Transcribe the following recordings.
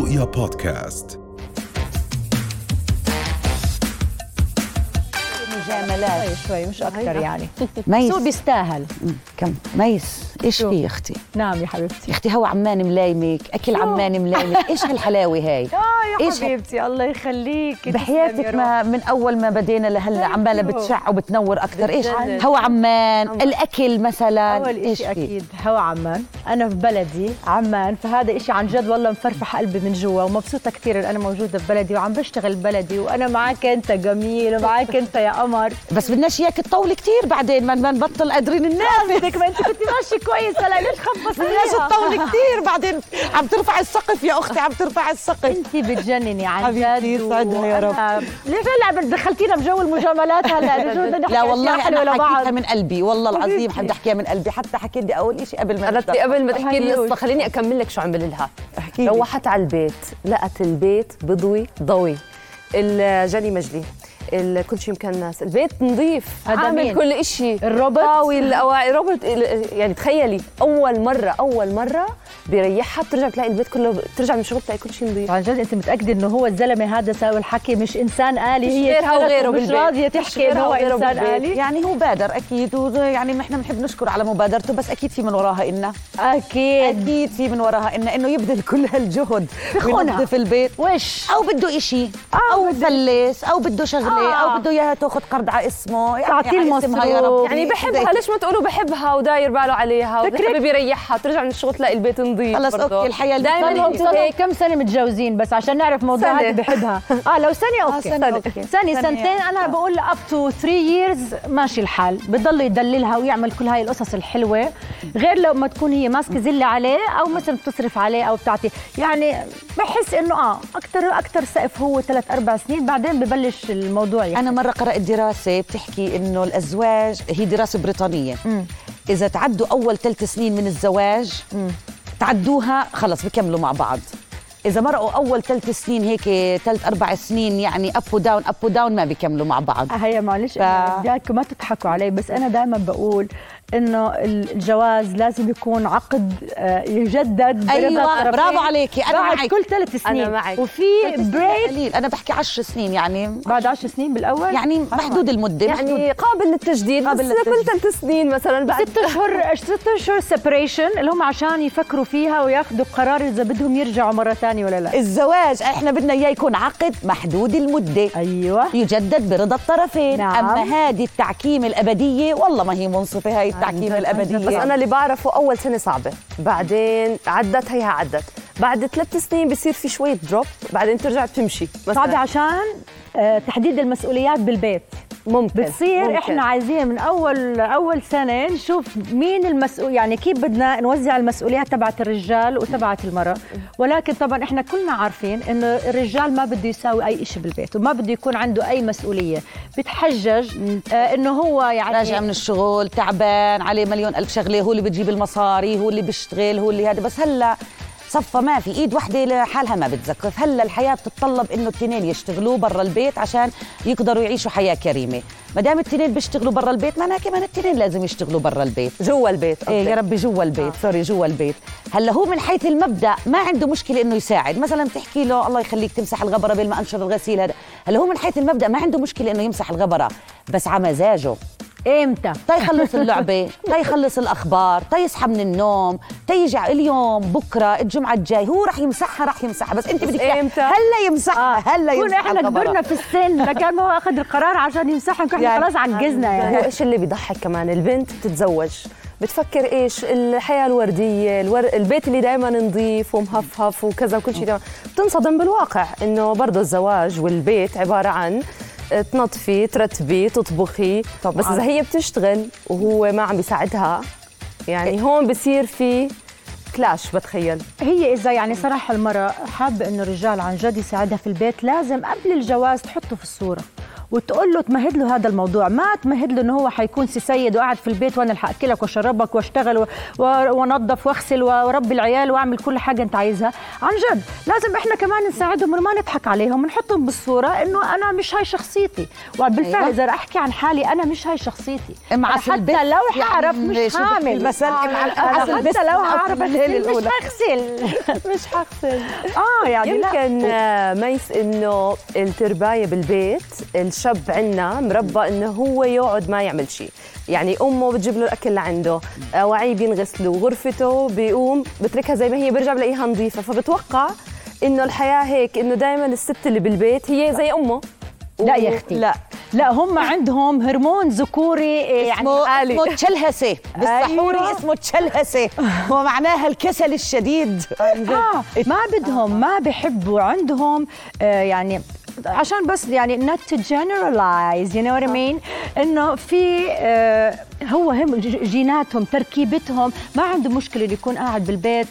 رؤيا بودكاست. مجاملات شوي مش أكتر يعني. ميس سو بيستاهل. كم ميس إيش في أختي؟ نعم يا حبيبتي. أختي هو عمان ملايمك، أكل عمان ملايمك، إيش هالحلاوة هاي؟ يا إيش حبيبتي الله يخليك بحياتك ما من أول ما بدينا لهلا عمالة بتشع وبتنور أكتر. إيش هوا عمان الأكل مثلا؟ أول إشي أكيد هوا عمان. أنا في بلدي عمان، فهذا إشي عن جد والله مفرفح قلبي من جوا ومبسوطة كثير إن أنا موجودة في بلدي وعم بشتغل بلدي وأنا معك أنت جميل ومعك أنت يا قمر. بس بدناش إياك تطولي كثير بعدين ما نبطل قادرين ننام. بدك ما أنت كنت ماشي كويس هلا ليش خبصتيها؟ بدناش تطولي كثير بعدين عم ترفع السقف يا أختي، عم ترفع السقف. أنت بتجنني عن جد. حبيبتي يسعدها يا رب. ليش هلا دخلتينا بجو المجاملات هلا؟ لا والله أنا حكيتها من قلبي والله العظيم، حبيت أحكيها من قلبي. حتى حكيت لي أول شيء قبل ما تحكي لي القصة خليني أكمل لك شو عمل لها. روحت على البيت لقت البيت بضوي ضوي، الجني مجلي، كل شيء مكنس، البيت نظيف، عامل كل إشي، الروبوت طاوي الأواعي روبوت. يعني تخيلي أول مرة بيريحها بترجع تلاقي البيت كله، بترجع من الشغل تلاقي كل شيء نظيف. عن جد أنت متأكدة إنه هو الزلمة هذا ساوي الحكي مش إنسان آلي؟ هي غيرها وغيره مش راضية تحكي إنه هو إنسان آلي. يعني هو بادر أكيد، ويعني نحن بنحب نشكر على مبادرته، بس أكيد في من وراها إنه أكيد في من وراها إنه يبذل كل هالجهد وينظف البيت وش أو بده إشي أو يفلس أو بده شغلة أو بده إياها تاخذ قرض على اسمه، تعطيه المصروف يا رب. يعني بحبها، ليش ما تقولوا بحبها وداير باله عليها وحابب يريحها، ترجع من الشغل تلاقي البيت نظيف. خلص أوكي الحياة دائما صاروا كم سنة متجوزين بس عشان نعرف موضوع هذا بحبها. لو سنة أوكي، سنة سنتين أنا بقول up to 3 years ماشي الحال، بضل يدللها ويعمل كل هاي القصص الحلوة، غير لو ما تكون هي ماسكة زلة عليه أو مثلا بتصرف عليه أو بتعطي. يعني بحس إنه أكتر سقف هو 3-4 سنين، بعدين ببلش الموضوع يعني. أنا مرة قرأت دراسة بتحكي إنه الأزواج، هي دراسة بريطانية، إذا تعدوا أول 3 سنين من الزواج تعدوها خلص بكملوا مع بعض. إذا مرقوا أول 3 سنين هيك 3-4 سنين يعني أب وداون ما بيكملوا مع بعض. هيا معلش بديكم ما تضحكوا علي، بس أنا دائما بقول إنه الجواز لازم يكون عقد يجدد. أيوة برافو عليكي، أنا معك كل 3 سنين. أنا معك. وفي بريك. أنا بحكي 10 سنين يعني بعد 10 سنين بالأول يعني محدود المدة، يعني قابل للتجديد، بس كل 3 سنين مثلا بعد 6 شهور سيبريشن اللي هم عشان يفكروا فيها وياخذوا قرار إذا بدهم يرجعوا مرة ثانية ولا لا. الزواج احنا بدنا اياه يكون عقد محدود المدة. أيوة يجدد برضا الطرفين. نعم. أما هذه التعكيم الأبدية والله ما هي منصفة، هاي التعكيم الأبدية. بس أنا اللي بعرفه أول سنة صعبة، بعدين عدت بعد 3 سنين بصير في شوية دروب، بعدين ترجع تمشي. صعبة عشان تحديد المسؤوليات بالبيت. ممكن احنا عايزين من اول سنه نشوف مين المسؤول، يعني كيف بدنا نوزع المسؤوليات تبعت الرجال وتبعت المراه. ولكن طبعا احنا كلنا عارفين انه الرجال ما بده يساوي اي شيء بالبيت وما بده يكون عنده اي مسؤوليه، بتحجج انه هو يعني راجع من الشغل تعبان عليه مليون ألف شغله، هو اللي بتجيب المصاري، هو اللي بيشتغل، هو اللي هذا. بس هلا صفى ما في ايد وحده لحالها ما بتزكف. هلا الحياه بتتطلب انه الاثنين يشتغلوا برا البيت عشان يقدروا يعيشوا حياه كريمه. ما دام الاثنين بيشتغلوا برا البيت معناها كمان الاثنين لازم يشتغلوا برا البيت، جوا البيت. ايه يا ربي جوا البيت. سوري جوا البيت. هلا هو من حيث المبدا ما عنده مشكله انه يساعد، مثلا بتحكي له الله يخليك تمسح الغبره بين ما انشر الغسيل، هذا هلا هو من حيث المبدا ما عنده مشكله انه يمسح الغبره، بس على مزاجه. امتى يخلص اللعبه، يخلص الاخبار، يصحى من النوم، يجي اليوم بكره الجمعه الجاي هو راح يمسحها، بس انت بدك امتى هلا يمسحها. هلا يمسحها. احنا كبرنا في السن، لكن ما هو اخذ القرار عشان يمسحها، نحن يعني خلاص عجزنا. يعني هو ايش اللي بيضحك كمان، البنت بتتزوج بتفكر ايش الحياه الورديه، البيت اللي دائما نظيف ومهفهف وكذا وكل شيء، بتنصدم بالواقع انه برضه الزواج والبيت عباره عن تنظفي ترتبي تطبخي طبعاً. بس إذا هي بتشتغل وهو ما عم بيساعدها يعني هون بصير في كلاش. بتخيل هي إذا يعني صراحة المرأة حابة إنه الرجال عن جد يساعدها في البيت، لازم قبل الجواز تحطه في الصورة وتقول له تمهد له هذا الموضوع، ما تمهد له انه هو حيكون سيد وقاعد في البيت وانا اللي حاكلك واشربك واشتغل وانظف واغسل واربي العيال واعمل كل حاجه انت عايزها. عن جد لازم احنا كمان نساعدهم وما نضحك عليهم، ونحطهم بالصوره انه انا مش هاي شخصيتي. وبالفعل اذا رح احكي عن حالي انا مش هاي شخصيتي، حتى لو حعرف مش هعمل حتى لو هعرف مش هغسل مش هغسل. يعني يمكن ميس انه التربايه بالبيت، الشاب عندنا مربى انه هو يقعد ما يعمل شيء، يعني امه بتجيب له الاكل لعنده، وعي بينغسله، غرفته بيقوم بتركها زي ما هي بيرجع بلاقيها نظيفه، فبتوقع انه الحياه هيك، انه دائما الست اللي بالبيت هي زي امه. لا يا اختي لا هم عندهم هرمون ذكوري يعني اسمه تشلهسه بالسحوري. أيوة. اسمه تشلهسه ومعناها الكسل الشديد. ما بدهم، ما بيحبوا، عندهم يعني عشان بس يعني not to generalize you know what I mean، انه في هو هم جيناتهم تركيبتهم ما عنده مشكله اللي يكون قاعد بالبيت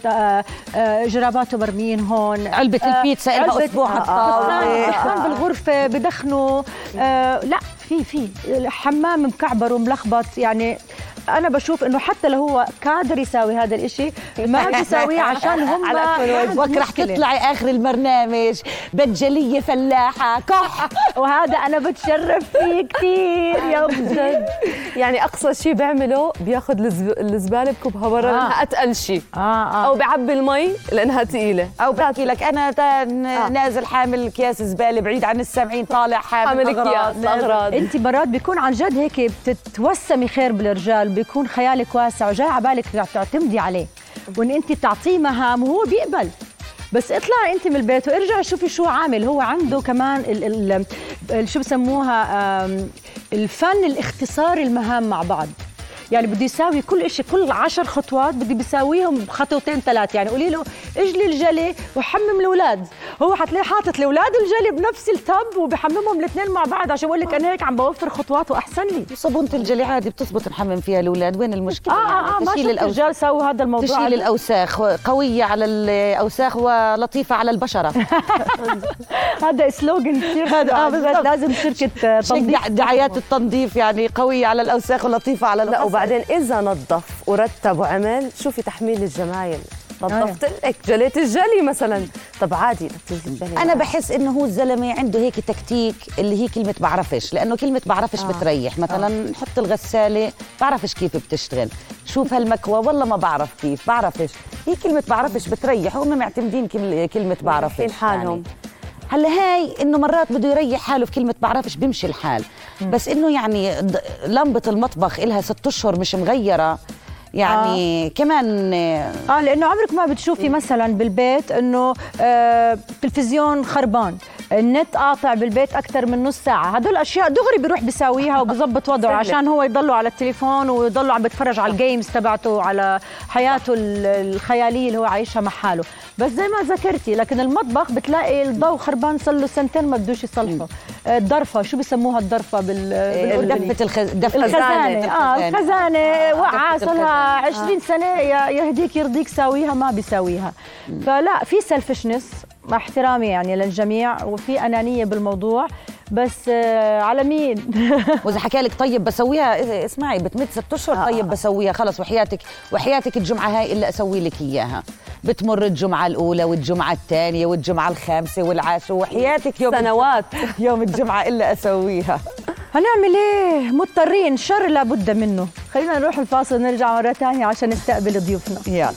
جراباته مرميين هون، علبه البيتزا لها اسبوع الطاوله بالغرفه بدخنوا لا في حمام مكعبر وملخبط. يعني أنا بشوف إنه حتى لو هو قادر يساوي هذا الإشي ما بيساويه عشان هم رح تطلعي آخر البرنامج بجلية فلاحة كح وهذا أنا بتشرف فيه كثير يا بجد. يعني أقصى شيء بيعمله بياخذ الزبالة بكبها برا لأنها أتقل شيء، أو بعبي المي لأنها ثقيلة، أو بحكي لك أنا نازل حامل أكياس زبالة بعيد عن السامعين، طالع حامل أغراض. أنت مرات بيكون عن جد هيك بتتوسمي خير بالرجال، بيكون خيالك واسع وجاي على بالك تعتمدي عليه وان انت تعطيه مهام وهو بيقبل، بس اطلعي انت من البيت وارجعي شوفي شو عامل. هو عنده كمان شو بسموها الفن الاختصار المهام مع بعض. يعني بده يساوي كل شيء، كل 10 خطوات بده بيساويهم بخطوتين 3. يعني قولي له اجلي الجلي وحمم الاولاد، هو حتلاقيه حاطط الاولاد والجلي بنفس التب وبحممهم الاثنين مع بعض عشان بقول لك انا هيك عم بوفر خطوات واحسن لي. صابونه الجلي عادي بتزبط نحمم فيها الاولاد، وين المشكله؟ ما شفت الرجال سووا هذا الموضوع. تشيل الاوساخ، قويه على الاوساخ ولطيفه على البشره. هذا سلوغن كثير هذا لازم شركه تنظيف، دعايات التنظيف يعني قويه على الاوساخ ولطيفه على البشره. وبعدين إذا نظف ورتب وعمل، شوفي تحميل الجمايل، نظفت لك جليت الجلي مثلا، طب عادي أنا بحس إنه هو الزلمة عنده هيك تكتيك اللي هي كلمة بعرفش، لأنه كلمة بعرفش بتريح. مثلا نحط الغسالة بعرفش كيف بتشتغل، شوف هالمكوى والله ما بعرف كيف، بعرفش. هي كلمة بعرفش بتريح، هم معتمدين كلمة بعرفش حالهم. هلا هاي انه مرات بده يريح حاله في كلمه بعرفش بيمشي الحال، بس انه يعني لمبه المطبخ إلها 6 أشهر مش مغيره يعني كمان لانه عمرك ما بتشوفي مثلا بالبيت انه تلفزيون خربان، النت قاطع بالبيت اكثر من نص ساعه، هدول اشياء دغري بيروح بيساويها وبظبط وضعه عشان هو يضلوا على التليفون ويضلوا عم بيتفرج على الجيمز تبعته، على حياته الخياليه اللي هو عايشها مع حاله. بس زي ما ذكرتي، لكن المطبخ بتلاقي الضوء خربان صار له 2 سنين ما بدوش يصلحه. الضرفه، شو بيسموها الضرفه الخزانه؟ الخزانه وقعه صار لها 20 سنه، يهديك يرضيك ساويها ما بيساويها. فلا، في سيلفشنس مع احترامي يعني للجميع، وفي أنانية بالموضوع، بس على مين؟ وإذا حكى لك طيب بسويها، اسمعي بتمد 6 أشهر طيب بسويها خلص، وحياتك الجمعة هاي إلا أسوي لك إياها. بتمر الجمعة الأولى والجمعة الثانية والجمعة الخامسة والعاشرة، وحياتك يوم سنوات يوم الجمعة إلا أسويها. هنعمل إيه؟ مضطرين، شر لابد منه. خلينا نروح الفاصل ونرجع مرة ثانية عشان نستقبل ضيوفنا. يلا.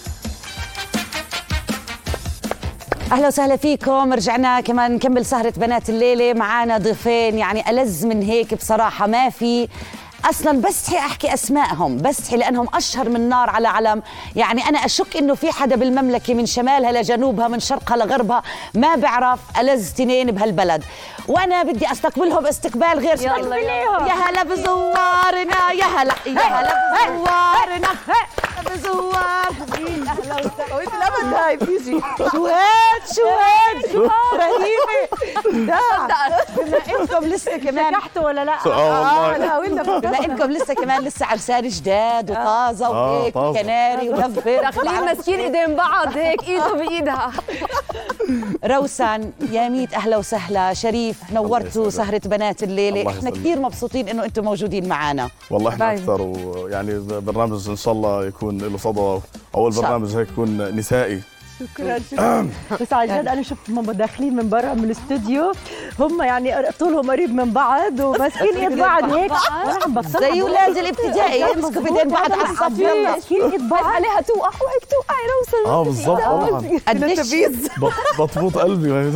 اهلا وسهلا فيكم، رجعنا كمان نكمل سهرة بنات الليلة. معانا ضيفين يعني ألذ من هيك بصراحة ما في. اصلا بستحي احكي اسمائهم، بستحي لانهم اشهر من نار على علم. يعني انا اشك انه في حدا بالمملكه من شمالها لجنوبها من شرقها لغربها ما بعرف ألذ تنين بهالبلد، وانا بدي استقبلهم استقبال غير يلا يا هلا بزوارنا، يا هلا بزوارنا، بزوار. اهلا وسهلا. وانت الابد هاي بيجي شو هاد رهيبه. بما انكم لسه كمان نجحتوا ولا لا؟ لا ولا بما انكم لسه عرسان جداد وطازه وهيك كناري ودبر، داخلين ماسكين ايدين بعض هيك، ايده بايدها. روسان يا ميت اهلا وسهلا. شريف نورتوا سهرة بنات الليلة، احنا كثير مبسوطين انه انتم موجودين معنا. والله احنا اكثر، ويعني برنامج ان شاء الله يكون له صدى، اول برنامج هيك يكون نسائي. شكرا. بس عن جد انا شفت هم داخلين من برا من الاستوديو، هم يعني طولهم قريب من بعض وماسكين ايد بعض هيك، انا عم بتصل زي اولاد الابتدائي يمسكوا بايدين بعض على الصف، يلا ماسكين ايد بعض عليها توقع وهيك توقع روسة. بالضبط طبعا. قديش بطبوط قلبي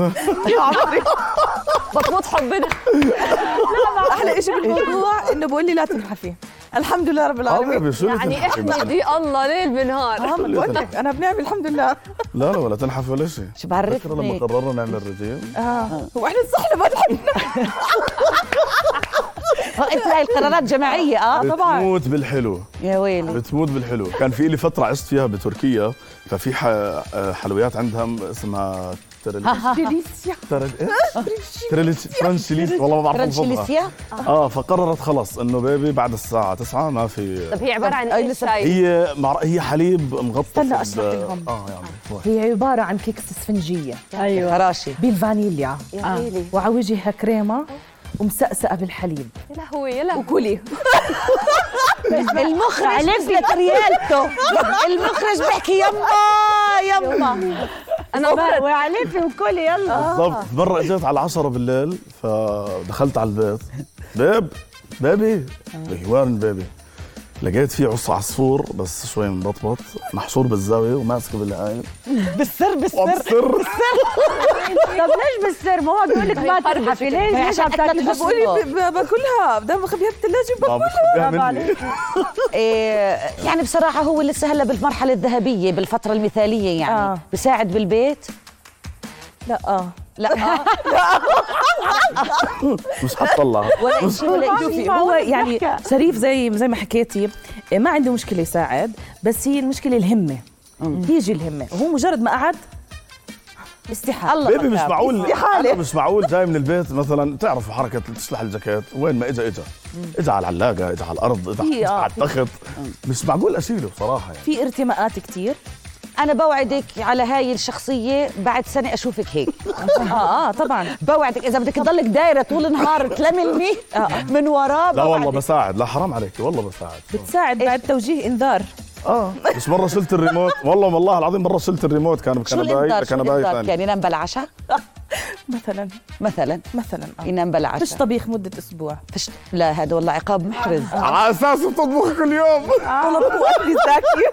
بطبوط حبنا. احلى شيء بالموضوع انه بقول لي لا تنحفي. الحمد لله رب العالمين. يعني احنا دي الله ليل بنهار. بقول لك انا بنعمل الحمد لله. لا ولا تنحف ولا شيء. شو بعرفني لما قررنا نعمل رجيم هو احنا صحنا ما نحبنا. انت هاي القرارات جماعية طبعا. بتموت بالحلو يا ويلي، بتموت بالحلو. كان في لي فترة عشت فيها بتركيا، ففي حلويات عندهم اسمها فرنشليسيا، والله ما بعرف فرنشليسيا. فقررت خلص انه بيبي بعد الساعة 9 ما في. طب هي عبارة عن ايش؟ هي حليب مغطى. استنى اشرح لهم. يعني هي عبارة عن كيكس اسفنجية ايوه فراشي بالفانيليا وعلى وجهها كريمة ومسقسقة بالحليب. يا لهوي يا لهوي. وكلي. المخرج نزلت ريالته، المخرج بحكي يما انا وعليفي وكلي يلا. بالضبط. مرة اجيت على 10 بالليل، فدخلت على البيت، بيبي وين بيبي؟ لقيت فيه عص عصفور بس شوي مبطبط محشور بالزاوية وماسكه بالعين بالسر طب ليش بالسر؟ ما هو بيقول لك ما تنحفي، ليش عم تاكلي؟ بقول باكلها بدي بخبيها بالثلاجة وباكلها. يعني بصراحة هو لسه هلا بالمرحلة الذهبية، بالفترة المثالية يعني. بساعد بالبيت؟ لا مش حتطلع ولا شوفي هو يعني شريف زي ما حكيتي ما عنده مشكلة يساعد، بس هي المشكلة الهمة. تيجي الهمة وهو مجرد ما قعد استحالة. بيبي مش معقول، أنا مش معقول جاي من البيت مثلا، تعرفوا حركة تشلح الجاكيت، وين ما اجى على العلاقة، اجى على الأرض، اجى على التخت، مش معقول أشيله بصراحة يعني. في ارتماءات كتير. أنا بوعدك على هاي الشخصية بعد سنة أشوفك هيك. طبعا بوعدك إذا بدك تضلك دايرة طول النهار تلملمي من وراه. لا والله بساعد، لا حرام عليك والله بساعد. بتساعد بعد توجيه إنذار. بس مرة شلت الريموت، والله العظيم مرة شلت الريموت، كان باي ثاني. يعني ينام بلا عشاء مثلا ينام بلا عشاء. فيش طبيخ مدة أسبوع. لا هذا والله عقاب محرز. على أساس بتطبخ كل يوم. طلبوا أكلي زاكي.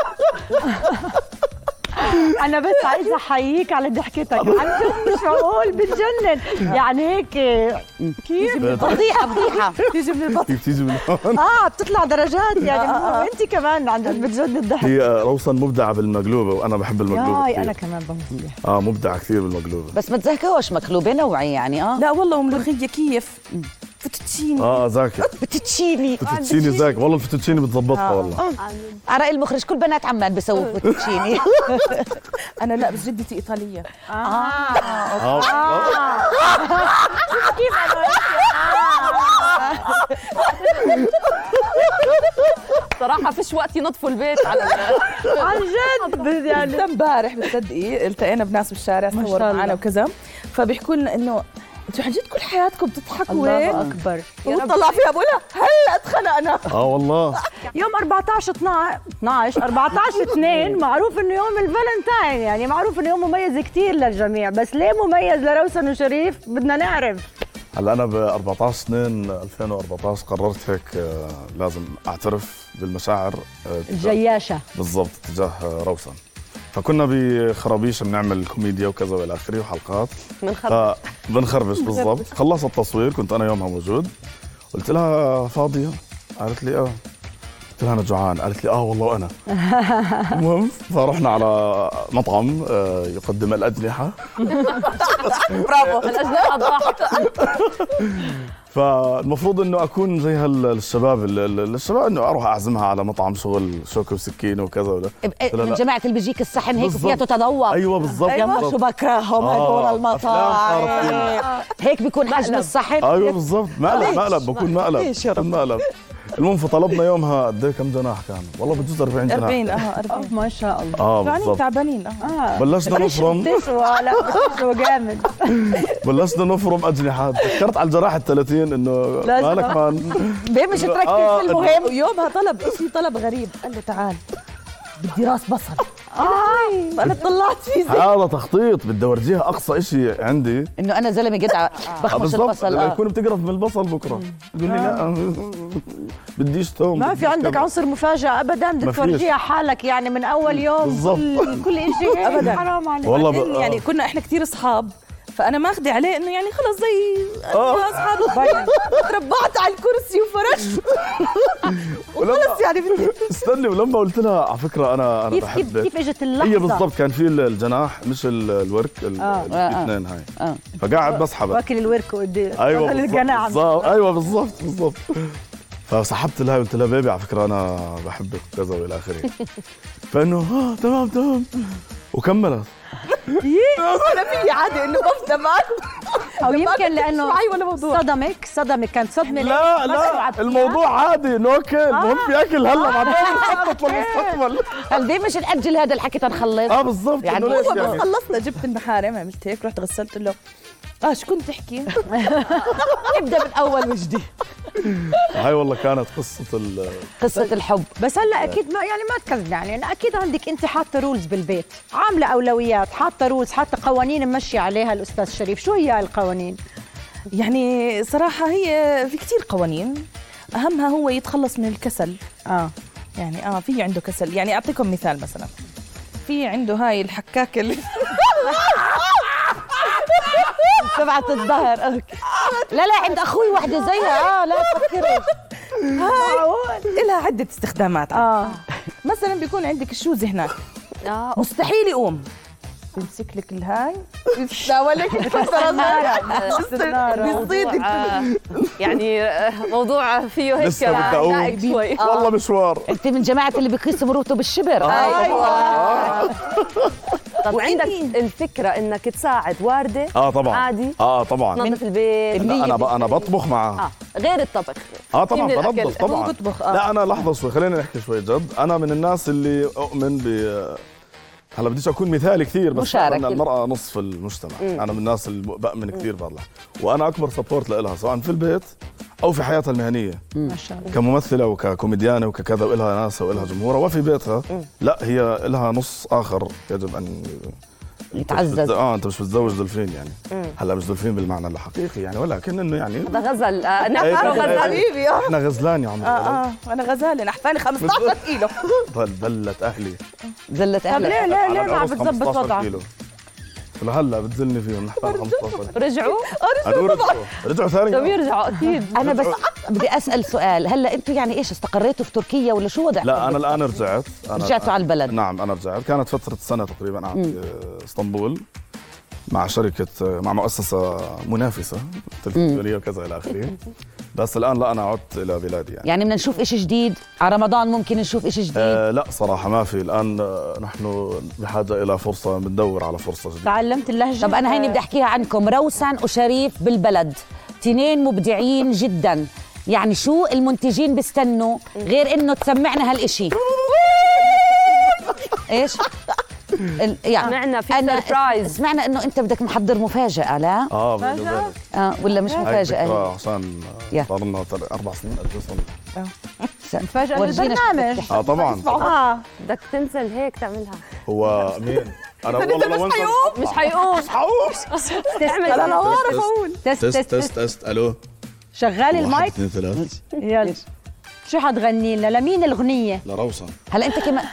أنا بس عايزة أحييك على ضحكتك، عن جد مش معقول، بتجنن يعني هيك. كيف؟ فضيحة تيجي من البطن. بتيجي من هون. بتطلع درجات يعني. وأنت كمان عن جد بتجنن الضحك. هي روسن مبدعة بالمقلوبة، وأنا بحب المقلوبة كثير. أنا كمان بموت. مبدعة كثير بالمقلوبة. بس ما تزهقوش مقلوبة نوعي يعني. لا والله وملوخية كيف فتوتشيني. زاكي فتوتشيني زاكي، والله الفتوتشيني بتضبطها والله. على رأي المخرج كل بنات عمان بيسووا فتوتشيني. أنا لا، بس جدتي إيطالية. كيف صراحة فيش وقت ينظفوا البيت على عن جد يعني. امبارح بتصدقي التقينا بناس بالشارع صوروا معنا وكذا، فبيحكوا لنا إنه انتوا عن جد كل حياتكم بتضحكوا وين؟ الله اكبر. وطلع فيها بقولها هلا اتخنقنا. والله يوم 14/2 معروف انه يوم الفالنتاين، يعني معروف انه يوم مميز كثير للجميع، بس ليه مميز لروسن وشريف؟ بدنا نعرف. هلا انا ب 14/2/2014 قررت هيك لازم اعترف بالمشاعر الجياشة بالضبط تجاه روسن. فكنا بخرابيش بنعمل كوميديا وكذا والى اخره وحلقات بنخربش بالضبط. خلص التصوير، كنت انا يومها موجود، قلت لها فاضيه؟ قالت لي قلت لها انا جوعان، قالت لي والله وانا. المهم فرحنا على مطعم يقدم الاجنحه. برافو الاجنحه الضحك. فالمفروض انه اكون زي الشباب انه اروح اعزمها على مطعم شغل شوكه وسكينه وكذا ولا من جماعه اللي بيجيك الصحن هيك فيها تتذوق. ايوه بالضبط. يما شو بكرههم هدول المطاعم. هيك بيكون حجم الصحن. ايوه بالضبط. مقلب بكون مقلب. المهم فطلبنا يومها قد ايه كم جناح كان؟ والله بجوز 40 جناح 40 ما شاء الله. بالضبط تعبانين بلشنا نفرم لا بتسوى جامد. بلشنا نفرم اجنحات. فكرت على الجراح ال30 انه مالك ليه مش تركز في المهم؟ يومها طلب اسمي طلب غريب، قال له تعال بدي راس بصل. انا طلعت فيه هذا تخطيط بدي اورجيها. اقصى شيء عندي انه انا زلمه جدع بخمس البصل. يكون بتقرف من البصل بكره تقول لي لا بديش توم. ما في عندك عنصر مفاجاه ابدا، بدك تورجيها حالك يعني من اول يوم كل شيء ابدا. حرام عليك والله يعني كنا احنا كثير اصحاب، فانا ماخذه عليه انه يعني خلص زي اصحاب. تربعت على الكرسي وفرشت وخلص يعني استني. ولما قلت لها على فكره انا بحبك، كيف اجت اللحظه؟ هي بالضبط كان في الجناح مش الورك الاثنين هاي. فقاعد بسحب واكل الورك ودي ايوه الجناح. ايوه بالضبط. فسحبت لها قلت لها بيبي على فكره انا بحبك كذا والى اخره. فانه تمام وكملت. انا في عادي انه بفضل معك او يمكن لانه صدمك كانت صدمه. لا الموضوع عادي نوكل. المهم في اكل هلا بعدين نخطط للمستقبل. هل ليه مش نأجل هذا الحكي تنخلص؟ بالضبط يعني ليش يعني خلصنا جبت المحارم عملت هيك رحت غسلت له شو كنت تحكي؟ ابدا من اول وجديد. هاي والله كانت قصة الحب. بس هلا اكيد ما تكذب يعني اكيد عندك انت حاطه رولز بالبيت، عامله اولويات، حاطه رولز، حاطه قوانين ممشي عليها الاستاذ شريف. شو هي القوانين؟ يعني صراحه هي في كثير قوانين، اهمها هو يتخلص من الكسل. يعني في عنده كسل. يعني اعطيكم مثال، مثلا في عنده هاي الحكاكه اللي تبعت الظهر. لا عند اخوي وحده زيها. لا تفكري هاي لها عده استخدامات. مثلا بيكون عندك الشوز هناك مستحيل يقوم، بيمسك لك الهاي يتناولك بيصيدك. يعني موضوع فيه هيك دائق شوي. والله مشوار. انت من جماعه اللي بيقيسوا مروته بالشبر. طب وعندك الفكره انك تساعد وارده؟ طبعا عادي. طبعا تنظف البيت. انا بطبخ معها. غير الطبخ. طبعا بنظف طبعا. لا انا لحظه شوي، خلينا نحكي شوي جد. انا من الناس اللي اؤمن هلا بديش اكون مثالي كثير، بس ان المراه نصف المجتمع. انا من الناس اللي بامن كثير بهذا، وانا اكبر سبورت لها سواء في البيت او في حياتها المهنيه. ما شاء الله. كممثله وككوميديانه وككذا، والها ناسها والها جمهورها، وفي بيتها لا هي لها نص اخر يجب ان يتعزز. انت مش متزوج دولفين يعني. هلا مش دولفين بالمعنى الحقيقي يعني، ولكن انه يعني هذا غزل. غزل حبيبي. احنا غزلان يا عمي. انا غزاله نحفالي 15 كيلو. ذلت اهلي. طب ليه ما عم بتظبط وضعك؟ لهلا بتزلني فيهم. نحفال 15. رجعوا ثاني. طب يرجعوا اكيد. انا بس بدي اسال سؤال. هلا انتم يعني ايش استقريتوا في تركيا ولا شو وضعكم؟ لا انا الان رجعتوا على البلد. نعم انا رجعت. كانت فتره سنه تقريبا قعدت في اسطنبول مع شركه، مع مؤسسه منافسه تلفزيونيه وكذا الى اخره. بس الان لا انا عدت الى بلادي يعني بدنا نشوف شيء جديد على رمضان. ممكن نشوف شيء جديد؟ لا صراحه ما في الان. نحن بحاجه الى فرصه، بندور على فرصه جديده. تعلمت اللهجه؟ طب انا هيني بدي احكيها عنكم. روسن وشريف بالبلد، تنين مبدعين جدا. يعني شو المنتجين بيستنوا غير انه تسمعنا هالاشي؟ ايش يعني سمعنا في سربرايز. سمعنا انه انت بدك محضر مفاجأة. لا ولا مش مفاجأة؟ عشان صار لنا 4 سنين مفاجأة للبرنامج. طبعا بدك تنزل هيك تعملها. هو مين؟ انا والله لو مش حيقوم انا ما بعرف اقول. تست الو شغال المايك. 1 2 3. يلا شو حتغني لنا؟ لمين الاغنية؟ لروسن. هلا انت كمان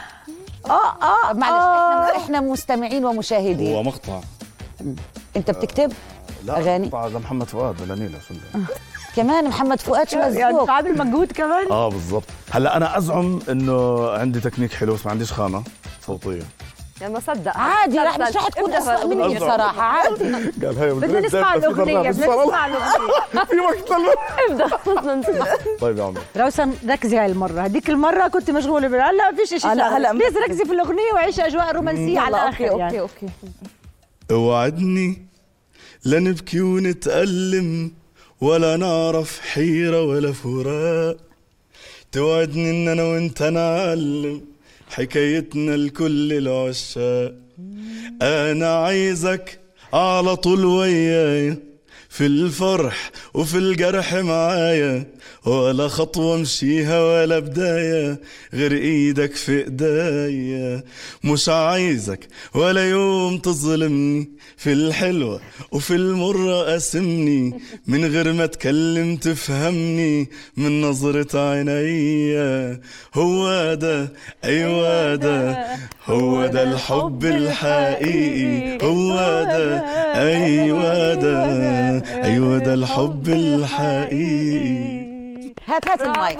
معلش احنا مستمعين ومشاهدين. هو مقطع. انت بتكتب اغاني؟ مقطع لمحمد فؤاد لنيلة شو كمان محمد فؤاد شو مزبوط. عامل مجهود كمان. بالضبط. هلا انا ازعم انه عندي تكنيك حلو بس ما عنديش خامة صوتيه. يعني ما صدق عادي. مش رح تكون اسوء مني بصراحة. عادي. قال هي بدنا نسمع الأغنية. في وقت ابدا. طيب يا عمي روسن ركزي هاي المرة. هذيك المرة كنت مشغولة هلا ما فيش شيء. هلا بس ركزي في الأغنية وعيشي أجواء رومانسية على الآخر. اوكي اوعدني لا نبكي ونتألم ولا نعرف حيرة ولا فراق. توعدني إن أنا وإنت نعلم حكايتنا لكل العشاق. أنا عايزك على طول ويايا في الفرح وفي الجرح معايا، ولا خطوة مشيها ولا بداية غير ايدك في ايديا. مش عايزك ولا يوم تظلمني في الحلوة وفي المرة قاسمني، من غير ما تكلم تفهمني من نظرة عينيا. هو ده ايوه ده هو ده الحب الحقيقي، هو ده ايوه ده ايوه ده الحب الحقيقي. هات المايك،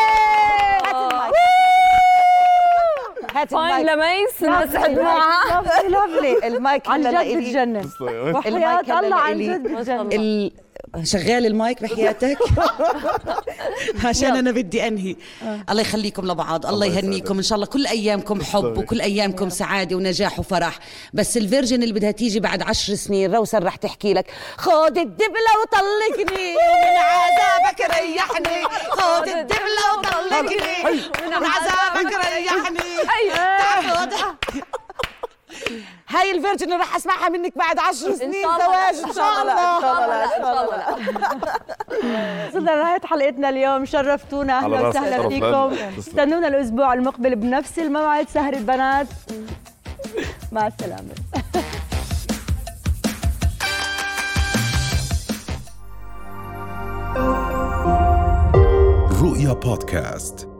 هات المايك لميس نسعد معها. لافلي المايك عن جد بتجنن وحياة الله، عن جد بتجنن. شغال المايك بحياتك عشان انا بدي انهي. الله يخليكم لبعض، الله يهنيكم، ان شاء الله كل ايامكم حب وكل ايامكم سعاده ونجاح وفرح. بس الفيرجن اللي بدها تيجي بعد 10 سنين روسن رح تحكي لك خود الدبله وطلقني ومن عذابك ريحني، خود الدبله وطلقني ومن عذابك ريحني. هاي الفيرجن اللي رح اسمعها منك بعد 10 سنين زواج ان شاء الله. وصلنا لنهاية حلقتنا اليوم، شرفتونا، اهلا وسهلا فيكم. استنونا الاسبوع المقبل بنفس الموعد، سهرة بنات. مع السلامة. رؤيا بودكاست.